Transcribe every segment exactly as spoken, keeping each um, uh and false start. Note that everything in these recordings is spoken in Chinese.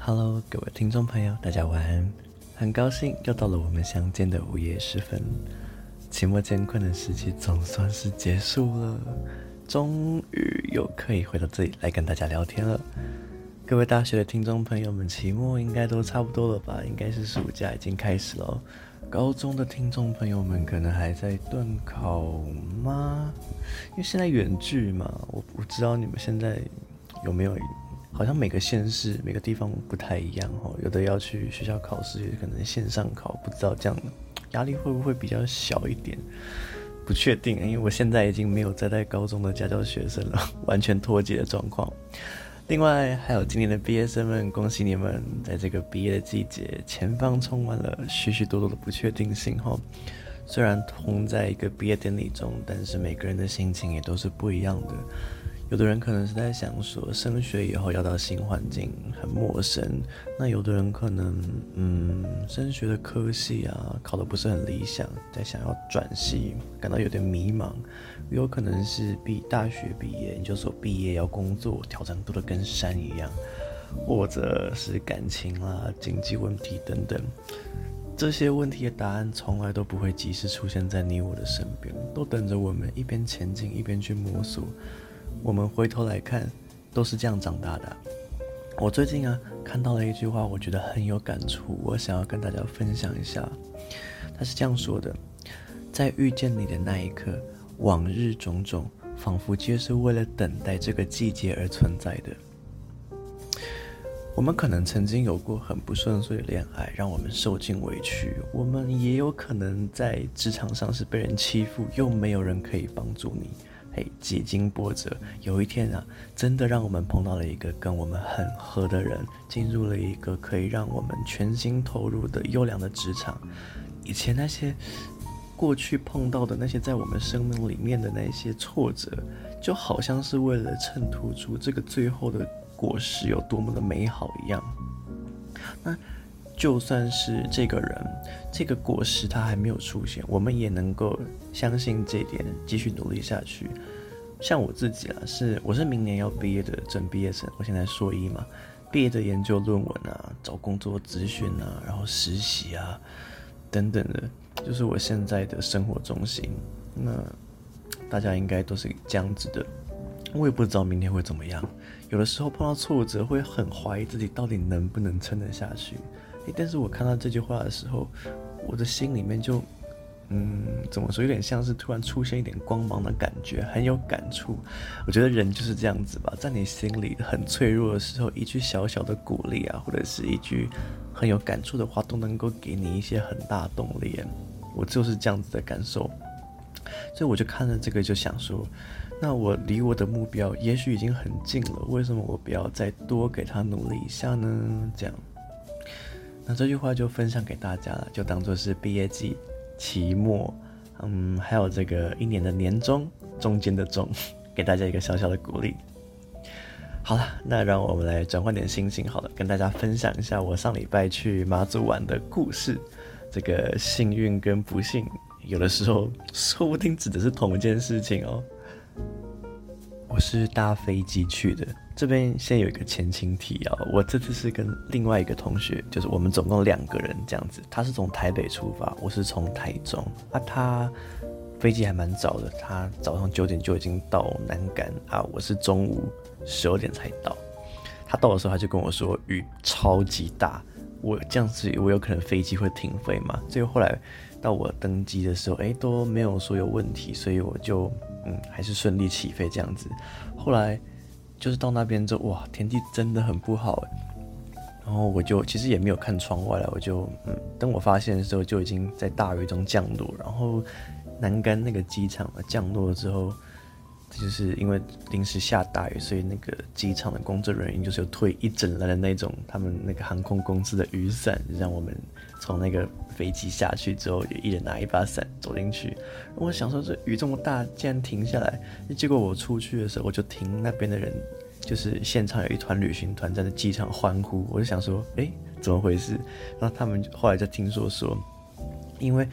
Hello，各位听众朋友，大家晚安。很高兴又到了我们相见的午夜时分，期末艰困的时期总算是结束了，终于又可以回到这里来跟大家聊天了。各位大学的听众朋友们，期末应该都差不多了吧？应该是暑假已经开始了。高中的听众朋友们可能还在段考吗？因为现在远距嘛，我不知道你们现在有没有，好像每个县市每个地方不太一样哦，有的要去学校考试，有的可能线上考，不知道这样压力会不会比较小一点？不确定，因为我现在已经没有再带高中的家教学生了，完全脱节的状况。另外还有今年的毕业生们，恭喜你们在这个毕业的季节，前方充满了许许多多的不确定性齁。虽然同在一个毕业典礼中，但是每个人的心情也都是不一样的。有的人可能是在想说，升学以后要到新环境很陌生，那有的人可能嗯，升学的科系啊考得不是很理想，在想要转系，感到有点迷茫。有可能是毕大学毕业、研究所毕业要工作，挑战多得跟山一样，或者是感情啦、经济问题等等。这些问题的答案从来都不会及时出现在你我的身边，都等着我们一边前进一边去摸索。我们回头来看，都是这样长大的啊。我最近啊看到了一句话，我觉得很有感触，我想要跟大家分享一下。他是这样说的：在遇见你的那一刻，往日种种仿佛皆是为了等待这个季节而存在的。我们可能曾经有过很不顺遂的恋爱，让我们受尽委屈；我们也有可能在职场上是被人欺负，又没有人可以帮助你。嘿，几经波折，有一天啊，真的让我们碰到了一个跟我们很合的人，进入了一个可以让我们全心投入的优良的职场。以前那些过去碰到的那些在我们生命里面的那些挫折，就好像是为了衬托出这个最后的果实有多么的美好一样。那就算是这个人这个果实他还没有出现，我们也能够相信这一点，继续努力下去。像我自己啊，是我是明年要毕业的准毕业生，我现在硕一嘛，毕业的研究论文啊，找工作咨询啊，然后实习啊等等的，就是我现在的生活中心。那大家应该都是这样子的，我也不知道明天会怎么样，有的时候碰到挫折会很怀疑自己到底能不能撑得下去。但是我看到这句话的时候，我的心里面就嗯，怎么说，有点像是突然出现一点光芒的感觉，很有感触。我觉得人就是这样子吧，在你心里很脆弱的时候，一句小小的鼓励啊，或者是一句很有感触的话，都能够给你一些很大的动力。我就是这样子的感受，所以我就看了这个就想说，那我离我的目标也许已经很近了，为什么我不要再多给他努力一下呢？这样，那这句话就分享给大家了，就当作是毕业季、期末，嗯，还有这个一年的年终中间的中，给大家一个小小的鼓励。好了，那让我们来转换点心情，好了，跟大家分享一下我上礼拜去马祖玩的故事。这个幸运跟不幸，有的时候说不定指的是同一件事情哦。我是搭飞机去的，这边先有一个前情提要，我这次是跟另外一个同学，就是我们总共两个人这样子，他是从台北出发，我是从台中啊，他飞机还蛮早的，他早上九点就已经到南竿啊，我是中午十二点才到。他到的时候他就跟我说雨超级大，我这样子我有可能飞机会停飞嘛，所以后来到我登机的时候，哎，都没有说有问题，所以我就嗯还是顺利起飞这样子。后来就是到那边之后，哇，天气真的很不好哎，然后我就其实也没有看窗外了，我就嗯等我发现的时候就已经在大雨中降落，然后南竿那个机场降落了之后，就是因为临时下大雨，所以那个机场的工作人员就是有推一整篮的那种他们那个航空公司的雨伞，让我们从那个飞机下去之后，也一人拿一把伞走进去。我想说这雨这么大，竟然停下来，结果我出去的时候，我就听那边的人，就是现场有一团旅行团在那机场欢呼，我就想说，哎，怎么回事？然后他们后来就听说说，因为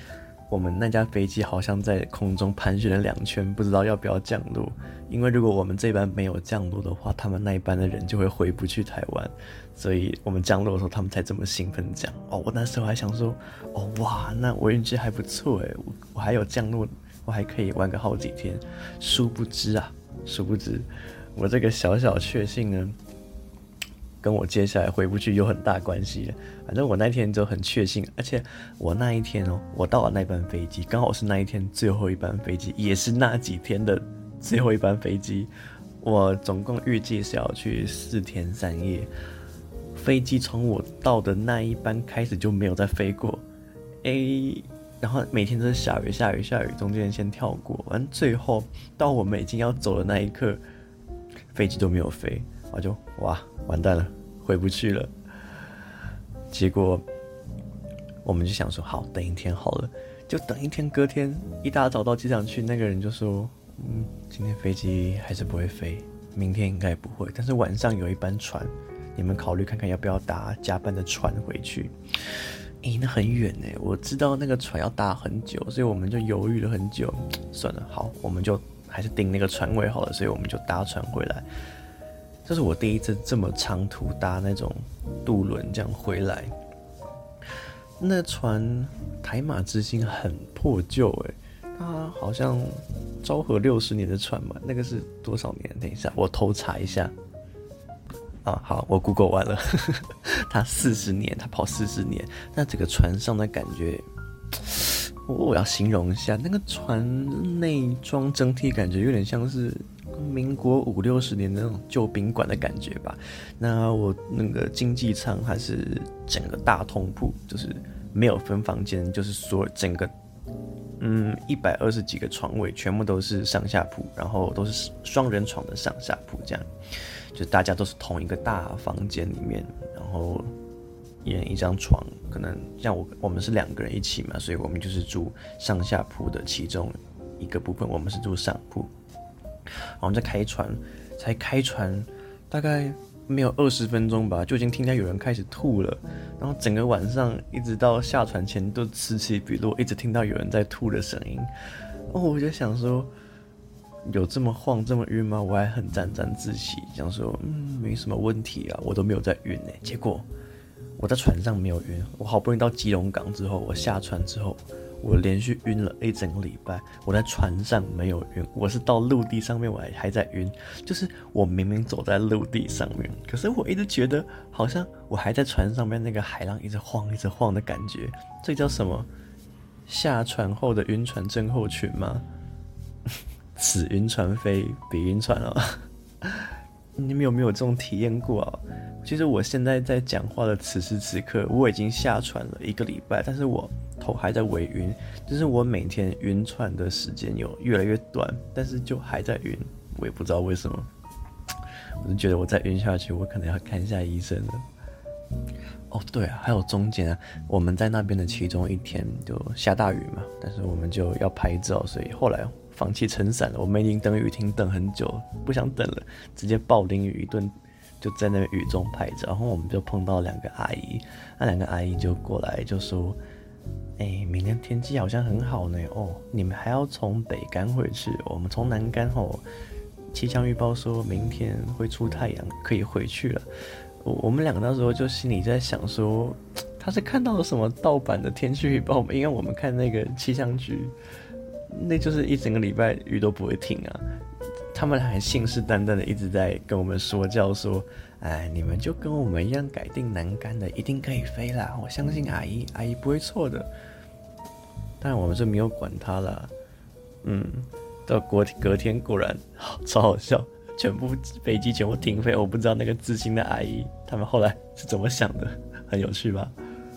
我们那架飞机好像在空中盘旋了两圈，不知道要不要降落。因为如果我们这班没有降落的话，他们那一班的人就会回不去台湾，所以我们降落的时候，他们才这么兴奋讲。哦，我那时候还想说，哦哇，那我运气还不错哎，我我还有降落，我还可以玩个好几天。殊不知啊，殊不知，我这个小小确幸呢，跟我接下来回不去有很大关系了。反正我那天就很确信，而且我那一天哦，我到了那班飞机，刚好是那一天最后一班飞机，也是那几天的最后一班飞机。我总共预计是要去四天三夜，飞机从我到的那一班开始就没有再飞过，诶，然后每天都是下雨下雨下雨，中间先跳过，完最后到我们已经要走的那一刻，飞机都没有飞，我就哇完蛋了，回不去了。结果我们就想说，好，等一天好了，就等一天。隔天一大早到机场去，那个人就说，嗯，今天飞机还是不会飞，明天应该也不会，但是晚上有一班船，你们考虑看看要不要搭加班的船回去。诶，那很远耶，我知道那个船要搭很久，所以我们就犹豫了很久。算了，好，我们就还是订那个船位好了，所以我们就搭船回来。这是我第一次这么长途搭那种渡轮这样回来。那船台马之星很破旧诶，它好像昭和六十年的船嘛，那个是多少年？等一下，我偷查一下。啊，好，我 Google 完了，它四十年，它跑四十年。那整个船上的感觉，我要形容一下，那个船内装整体感觉有点像是民国五六十年的那种旧宾馆的感觉吧。那我那个经济舱还是整个大通铺，就是没有分房间，就是说整个嗯一百二十几个床位全部都是上下铺，然后都是双人床的上下铺，这样就大家都是同一个大房间里面，然后一人一张床，可能像我我们是两个人一起嘛，所以我们就是住上下铺的其中一个部分，我们是住上铺。然后在开船，才开船大概没有二十分钟吧，就已经听到有人开始吐了，然后整个晚上一直到下船前都此起彼落，一直听到有人在吐的声音。哦，我就想说，有这么晃这么晕吗？我还很沾沾自喜，想说嗯没什么问题啊，我都没有在晕欸。结果我在船上没有晕，我好不容易到基隆港之后，我下船之后，我连续晕了一整个礼拜。我在船上没有晕，我是到陆地上面我还还在晕，就是我明明走在陆地上面，可是我一直觉得好像我还在船上面，那个海浪一直晃一直晃的感觉，这叫什么？下船后的晕船症候群吗？此晕船非彼晕船哦。你们有没有这种体验过啊？其实我现在在讲话的此时此刻，我已经下船了一个礼拜，但是我头还在微晕，就是我每天晕船的时间有越来越短，但是就还在晕，我也不知道为什么。我就觉得我再晕下去，我可能要看一下医生了。哦，对啊，还有中间啊，我们在那边的其中一天就下大雨嘛，但是我们就要拍照，所以后来放弃撑伞了。我们已经等雨停等很久，不想等了，直接暴淋雨一顿，就在那边雨中拍照。然后我们就碰到两个阿姨，那两个阿姨就过来就说：“哎、欸，明天天气好像很好呢，哦，你们还要从北干回去，我们从南干哦，气象预报说明天会出太阳，可以回去了。”我我们两个那时候就心里在想说，他是看到了什么盗版的天气预报吗？因为我们看那个气象局，那就是一整个礼拜雨都不会停啊。他们还信誓旦旦的一直在跟我们说教说，哎，你们就跟我们一样改定南竿的，一定可以飞啦！我相信阿姨，阿姨不会错的。当然我们是没有管他啦。嗯，到隔隔天果然超好笑。全部飞机全部停飞，我不知道那个知心的阿姨他们后来是怎么想的，很有趣吧？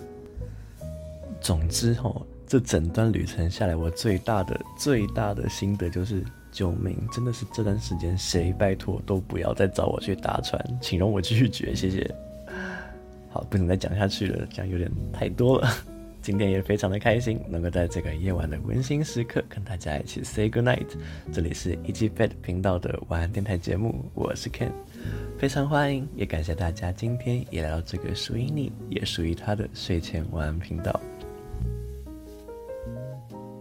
总之吼，这整段旅程下来，我最大的最大的心得就是，救命！真的是这段时间谁拜托都不要再找我去搭船，请容我拒绝，谢谢。好，不能再讲下去了，这样有点太多了。今天也非常的开心，能够在这个夜晚的温馨时刻跟大家一起 say good night。这里是 E G Fed 频道的晚安电台节目，我是 Ken， 非常欢迎，也感谢大家今天也来到这个属于你，也属于他的睡前晚安频道。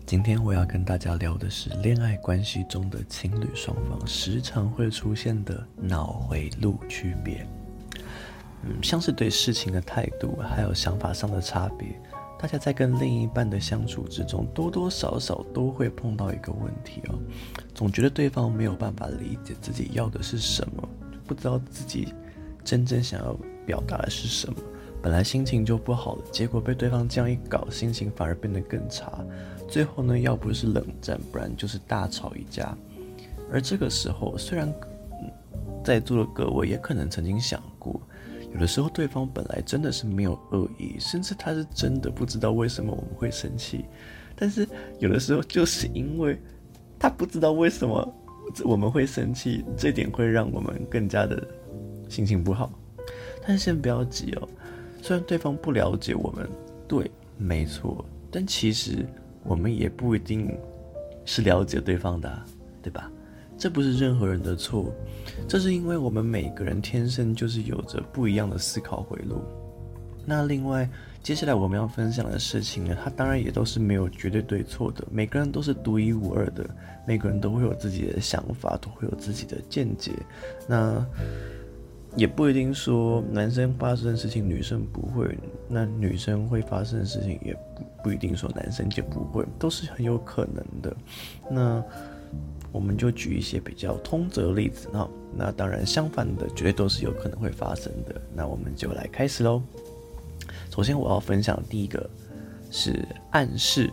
今天我要跟大家聊的是恋爱关系中的情侣双方时常会出现的脑回路区别。嗯，像是对事情的态度还有想法上的差别，大家在跟另一半的相处之中，多多少少都会碰到一个问题哦，总觉得对方没有办法理解自己要的是什么，不知道自己真正想要表达的是什么。本来心情就不好了，结果被对方这样一搞，心情反而变得更差。最后呢，要不是冷战，不然就是大吵一架。而这个时候，虽然、嗯、在座的各位也可能曾经想过，有的时候对方本来真的是没有恶意，甚至他是真的不知道为什么我们会生气，但是有的时候就是因为他不知道为什么我们会生气，这点会让我们更加的心情不好。但是先不要急哦，虽然对方不了解我们，对，没错，但其实我们也不一定是了解对方的、啊，对吧？这不是任何人的错，这是因为我们每个人天生就是有着不一样的思考回路。那另外，接下来我们要分享的事情呢，它当然也都是没有绝对对错的，每个人都是独一无二的，每个人都会有自己的想法，都会有自己的见解。那也不一定说男生发生的事情女生不会，那女生会发生的事情也 不, 不一定说男生就不会，都是很有可能的。那我们就举一些比较通则的例子，那那当然相反的绝对都是有可能会发生的。那我们就来开始咯。首先我要分享的第一个是暗示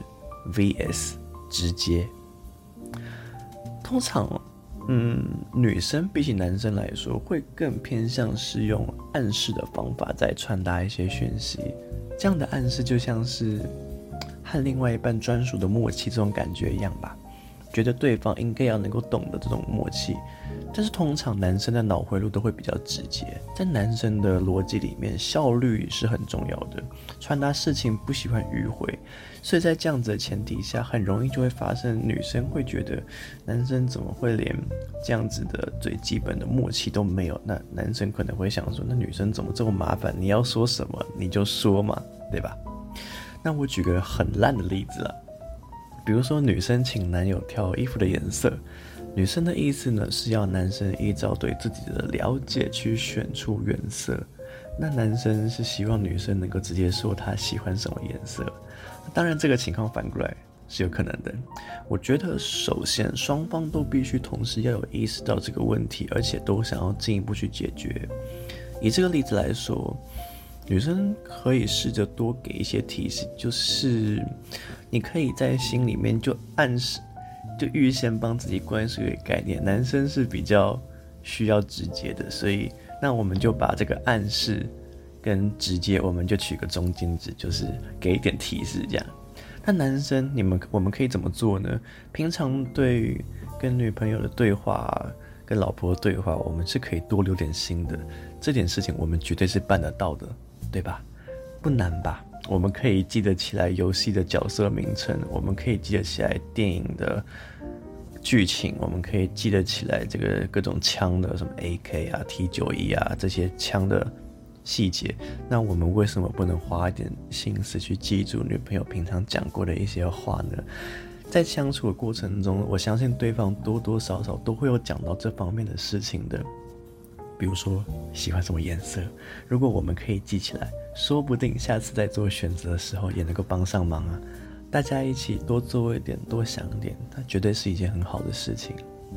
vs 直接。通常嗯，女生比起男生来说，会更偏向是用暗示的方法在传达一些讯息。这样的暗示就像是和另外一半专属的默契这种感觉一样吧，觉得对方应该要能够懂得这种默契。但是通常男生的脑回路都会比较直接，在男生的逻辑里面，效率是很重要的，传达事情不喜欢迂回，所以在这样子的前提下，很容易就会发生女生会觉得男生怎么会连这样子的最基本的默契都没有，那男生可能会想说，那女生怎么这么麻烦，你要说什么你就说嘛，对吧？那我举个很烂的例子啦，比如说女生请男友挑衣服的颜色，女生的意思呢是要男生依照对自己的了解去选出原色，那男生是希望女生能够直接说他喜欢什么颜色。当然这个情况反过来是有可能的。我觉得首先双方都必须同时要有意识到这个问题，而且都想要进一步去解决。以这个例子来说，女生可以试着多给一些提示，就是你可以在心里面就暗示，就预先帮自己灌输一个概念，男生是比较需要直接的，所以那我们就把这个暗示跟直接我们就取个中间值，就是给一点提示这样。那男生你们我们可以怎么做呢？平常对于跟女朋友的对话，跟老婆的对话，我们是可以多留点心的，这点事情我们绝对是办得到的，对吧？不难吧？我们可以记得起来游戏的角色名称，我们可以记得起来电影的剧情，我们可以记得起来这个各种枪的什么 A K 啊 T 九十一 啊这些枪的细节。那我们为什么不能花一点心思去记住女朋友平常讲过的一些话呢？在相处的过程中，我相信对方多多少少都会有讲到这方面的事情的。比如说喜欢什么颜色，如果我们可以记起来，说不定下次在做选择的时候也能够帮上忙啊。大家一起多做一点，多想一点，它绝对是一件很好的事情。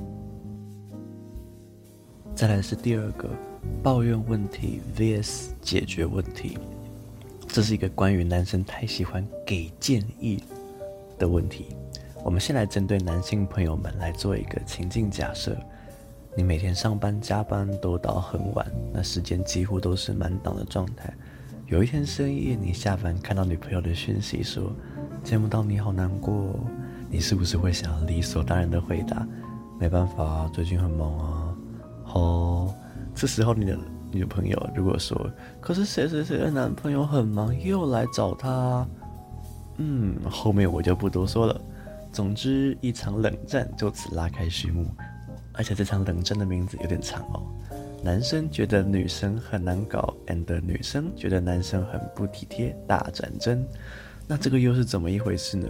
再来是第二个，抱怨问题 vs 解决问题。这是一个关于男生太喜欢给建议的问题。我们先来针对男性朋友们来做一个情境假设。你每天上班加班都到很晚，那时间几乎都是满档的状态。有一天深夜，你下班看到女朋友的讯息说见不到你好难过哦，你是不是会想要理所当然的回答没办法，最近很忙啊？哦，这时候你的女朋友如果说可是谁谁谁的男朋友很忙又来找他，嗯，后面我就不多说了。总之一场冷战就此拉开序幕，而且这场冷战的名字有点长哦。男生觉得女生很难搞 and 女生觉得男生很不体贴，大战争。那这个又是怎么一回事呢？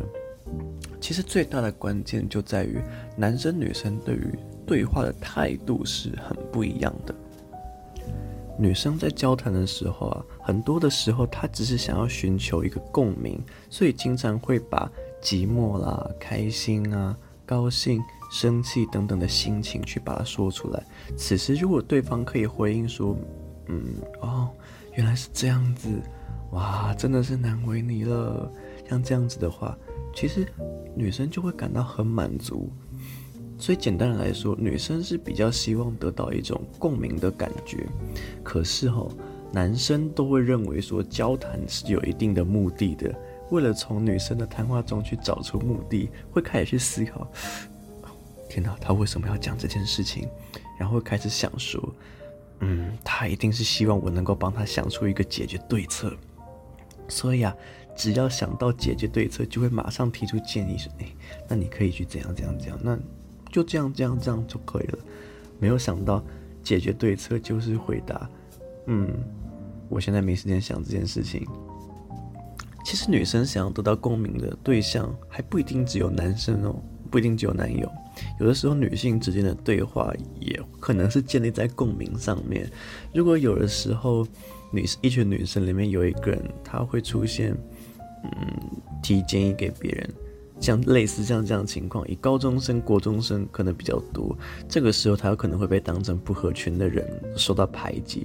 其实最大的关键就在于男生女生对于对话的态度是很不一样的。女生在交谈的时候啊，很多的时候她只是想要寻求一个共鸣，所以经常会把寂寞啦、开心啊、高兴、生气等等的心情去把它说出来。此时如果对方可以回应说，嗯，哦，原来是这样子，哇，真的是难为你了，像这样子的话，其实女生就会感到很满足。所以简单的来说，女生是比较希望得到一种共鸣的感觉，可是哦，男生都会认为说交谈是有一定的目的的，为了从女生的谈话中去找出目的，会开始去思考，天哪，他为什么要讲这件事情？然后会开始想说，嗯，他一定是希望我能够帮他想出一个解决对策。所以啊，只要想到解决对策，就会马上提出建议说，哎，那你可以去怎样怎样怎样，那就这样这样这样就可以了。没有想到解决对策就是回答，嗯，我现在没时间想这件事情。其实女生想要得到共鸣的对象还不一定只有男生哦，不一定只有男友，有的时候女性之间的对话也可能是建立在共鸣上面。如果有的时候女一群女生里面有一个人，她会出现嗯提建议给别人，像类似像这样的情况，以高中生、国中生可能比较多。这个时候，他有可能会被当成不合群的人，受到排挤。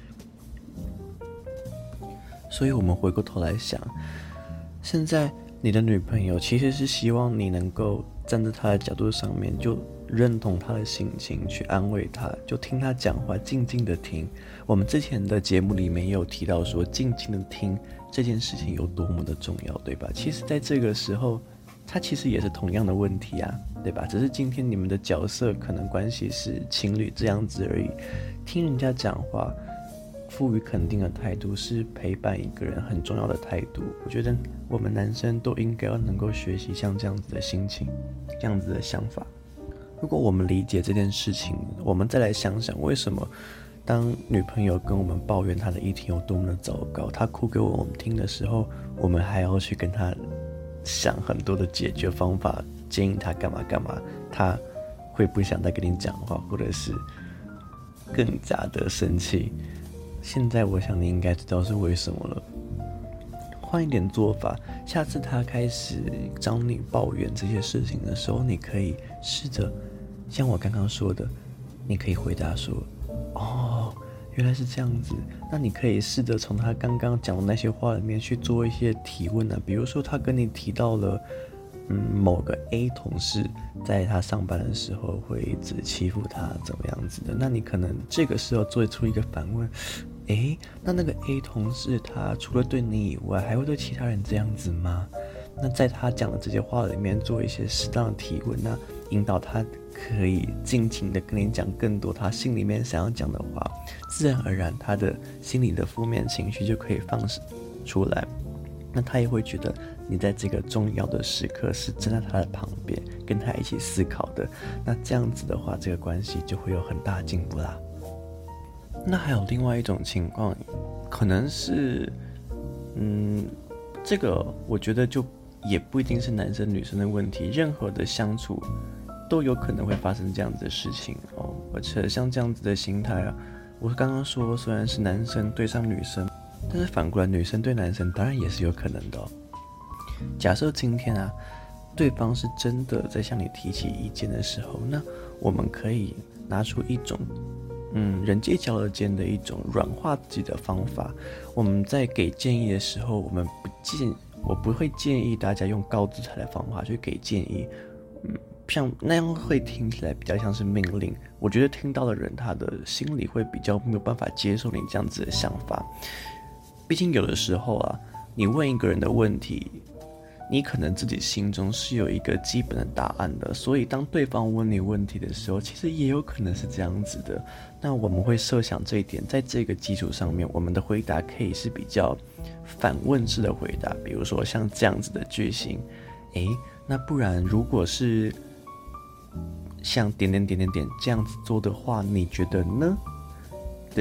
所以，我们回过头来想，现在你的女朋友其实是希望你能够站在她的角度上面，就认同她的心情，去安慰她，就听她讲话，静静的听。我们之前的节目里面也有提到说，静静的听这件事情有多么的重要，对吧？其实，在这个时候，它其实也是同样的问题啊，对吧？只是今天你们的角色可能关系是情侣这样子而已。听人家讲话，赋予肯定的态度是陪伴一个人很重要的态度。我觉得我们男生都应该要能够学习像这样子的心情，这样子的想法。如果我们理解这件事情，我们再来想想为什么当女朋友跟我们抱怨她的一天有多么的糟糕，她哭给我们听的时候，我们还要去跟她想很多的解决方法，建议他干嘛干嘛，他会不想再跟你讲话，或者是更加的生气。现在我想你应该知道是为什么了。换一点做法，下次他开始找你抱怨这些事情的时候，你可以试着像我刚刚说的，你可以回答说，哦，原来是这样子。那你可以试着从他刚刚讲的那些话里面去做一些提问啊，比如说他跟你提到了嗯，某个 A 同事在他上班的时候会一直欺负他怎么样子的，那你可能这个时候做出一个反问，诶，那那个 A 同事他除了对你以外还会对其他人这样子吗？那在他讲的这些话里面做一些适当的提问，那引导他可以尽情的跟你讲更多他心里面想要讲的话，自然而然他的心里的负面情绪就可以放出来，那他也会觉得你在这个重要的时刻是站在他的旁边，跟他一起思考的。那这样子的话，这个关系就会有很大的进步啦。那还有另外一种情况，可能是，嗯，这个我觉得就也不一定是男生女生的问题，任何的相处都有可能会发生这样子的事情哦。而且像这样子的心态啊，我刚刚说虽然是男生对上女生，但是反过来女生对男生当然也是有可能的哦。假设今天啊，对方是真的在向你提起意见的时候，那我们可以拿出一种嗯人际交流间的一种软化自己的方法。我们在给建议的时候，我们不建我不会建议大家用高姿态的方法去给建议，嗯，像那样会听起来比较像是命令。我觉得听到的人他的心里会比较没有办法接受你这样子的想法。毕竟有的时候啊，你问一个人的问题，你可能自己心中是有一个基本的答案的，所以当对方问你问题的时候，其实也有可能是这样子的。那我们会设想这一点，在这个基础上面，我们的回答可以是比较反问式的回答，比如说像这样子的句型，诶，那不然如果是像点点点点点这样子做的话，你觉得呢？对吧？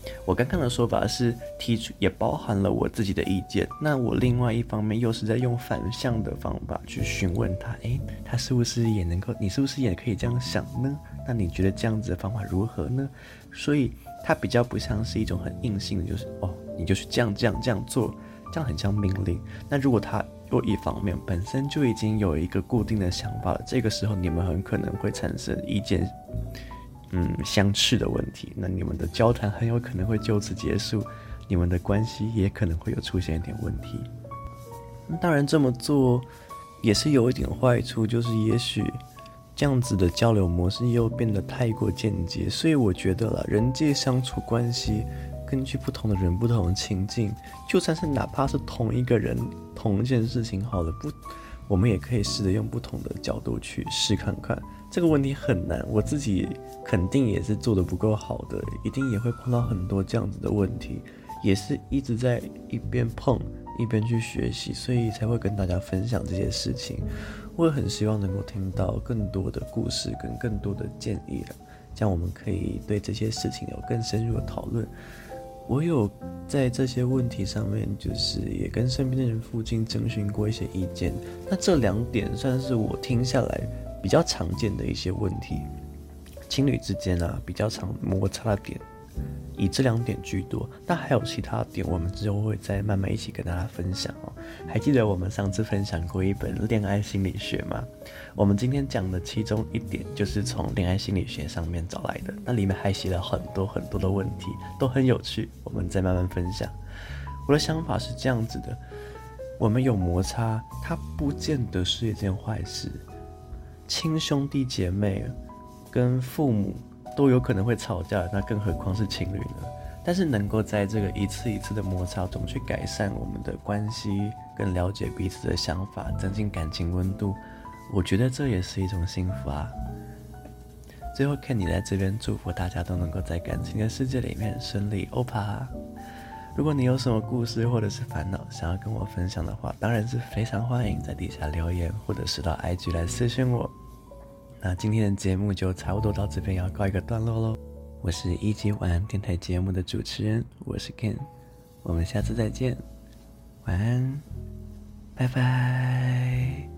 我刚刚的说法是提出也包含了我自己的意见，那我另外一方面又是在用反向的方法去询问他，诶，他是不是也能够，你是不是也可以这样想呢？那你觉得这样子的方法如何呢？所以它比较不像是一种很硬性的，就是哦，你就是这样这样这样做，这样很像命令。那如果他又一方面本身就已经有一个固定的想法了，这个时候你们很可能会产生意见嗯相斥的问题，那你们的交谈很有可能会就此结束，你们的关系也可能会有出现一点问题。当然这么做也是有一点坏处，就是也许这样子的交流模式又变得太过间接，所以我觉得啦，人际相处关系根据不同的人不同的情境，就算是哪怕是同一个人同一件事情好了，不我们也可以试着用不同的角度去试看看。这个问题很难，我自己肯定也是做得不够好的，一定也会碰到很多这样子的问题，也是一直在一边碰一边去学习，所以才会跟大家分享这些事情。我也很希望能够听到更多的故事跟更多的建议了，这样我们可以对这些事情有更深入的讨论。我有在这些问题上面，就是也跟身边的人附近征询过一些意见，那这两点算是我听下来比较常见的一些问题，情侣之间啊比较常摩擦的点，以这两点居多。但还有其他点，我们之后会再慢慢一起跟大家分享哦。还记得我们上次分享过一本恋爱心理学吗？我们今天讲的其中一点就是从恋爱心理学上面找来的，那里面还写了很多很多的问题，都很有趣，我们再慢慢分享。我的想法是这样子的，我们有摩擦，它不见得是一件坏事。亲兄弟姐妹跟父母都有可能会吵架，那更何况是情侣呢？但是能够在这个一次一次的摩擦中去改善我们的关系，更了解彼此的想法，增进感情温度，我觉得这也是一种幸福啊。最后 Kenny 在这边祝福大家都能够在感情的世界里面顺利欧趴。如果你有什么故事或者是烦恼想要跟我分享的话，当然是非常欢迎在底下留言，或者是到 I G 来私讯我。那今天的节目就差不多到这边要告一个段落咯。我是一级晚安电台节目的主持人，我是 Ken， 我们下次再见，晚安，拜拜。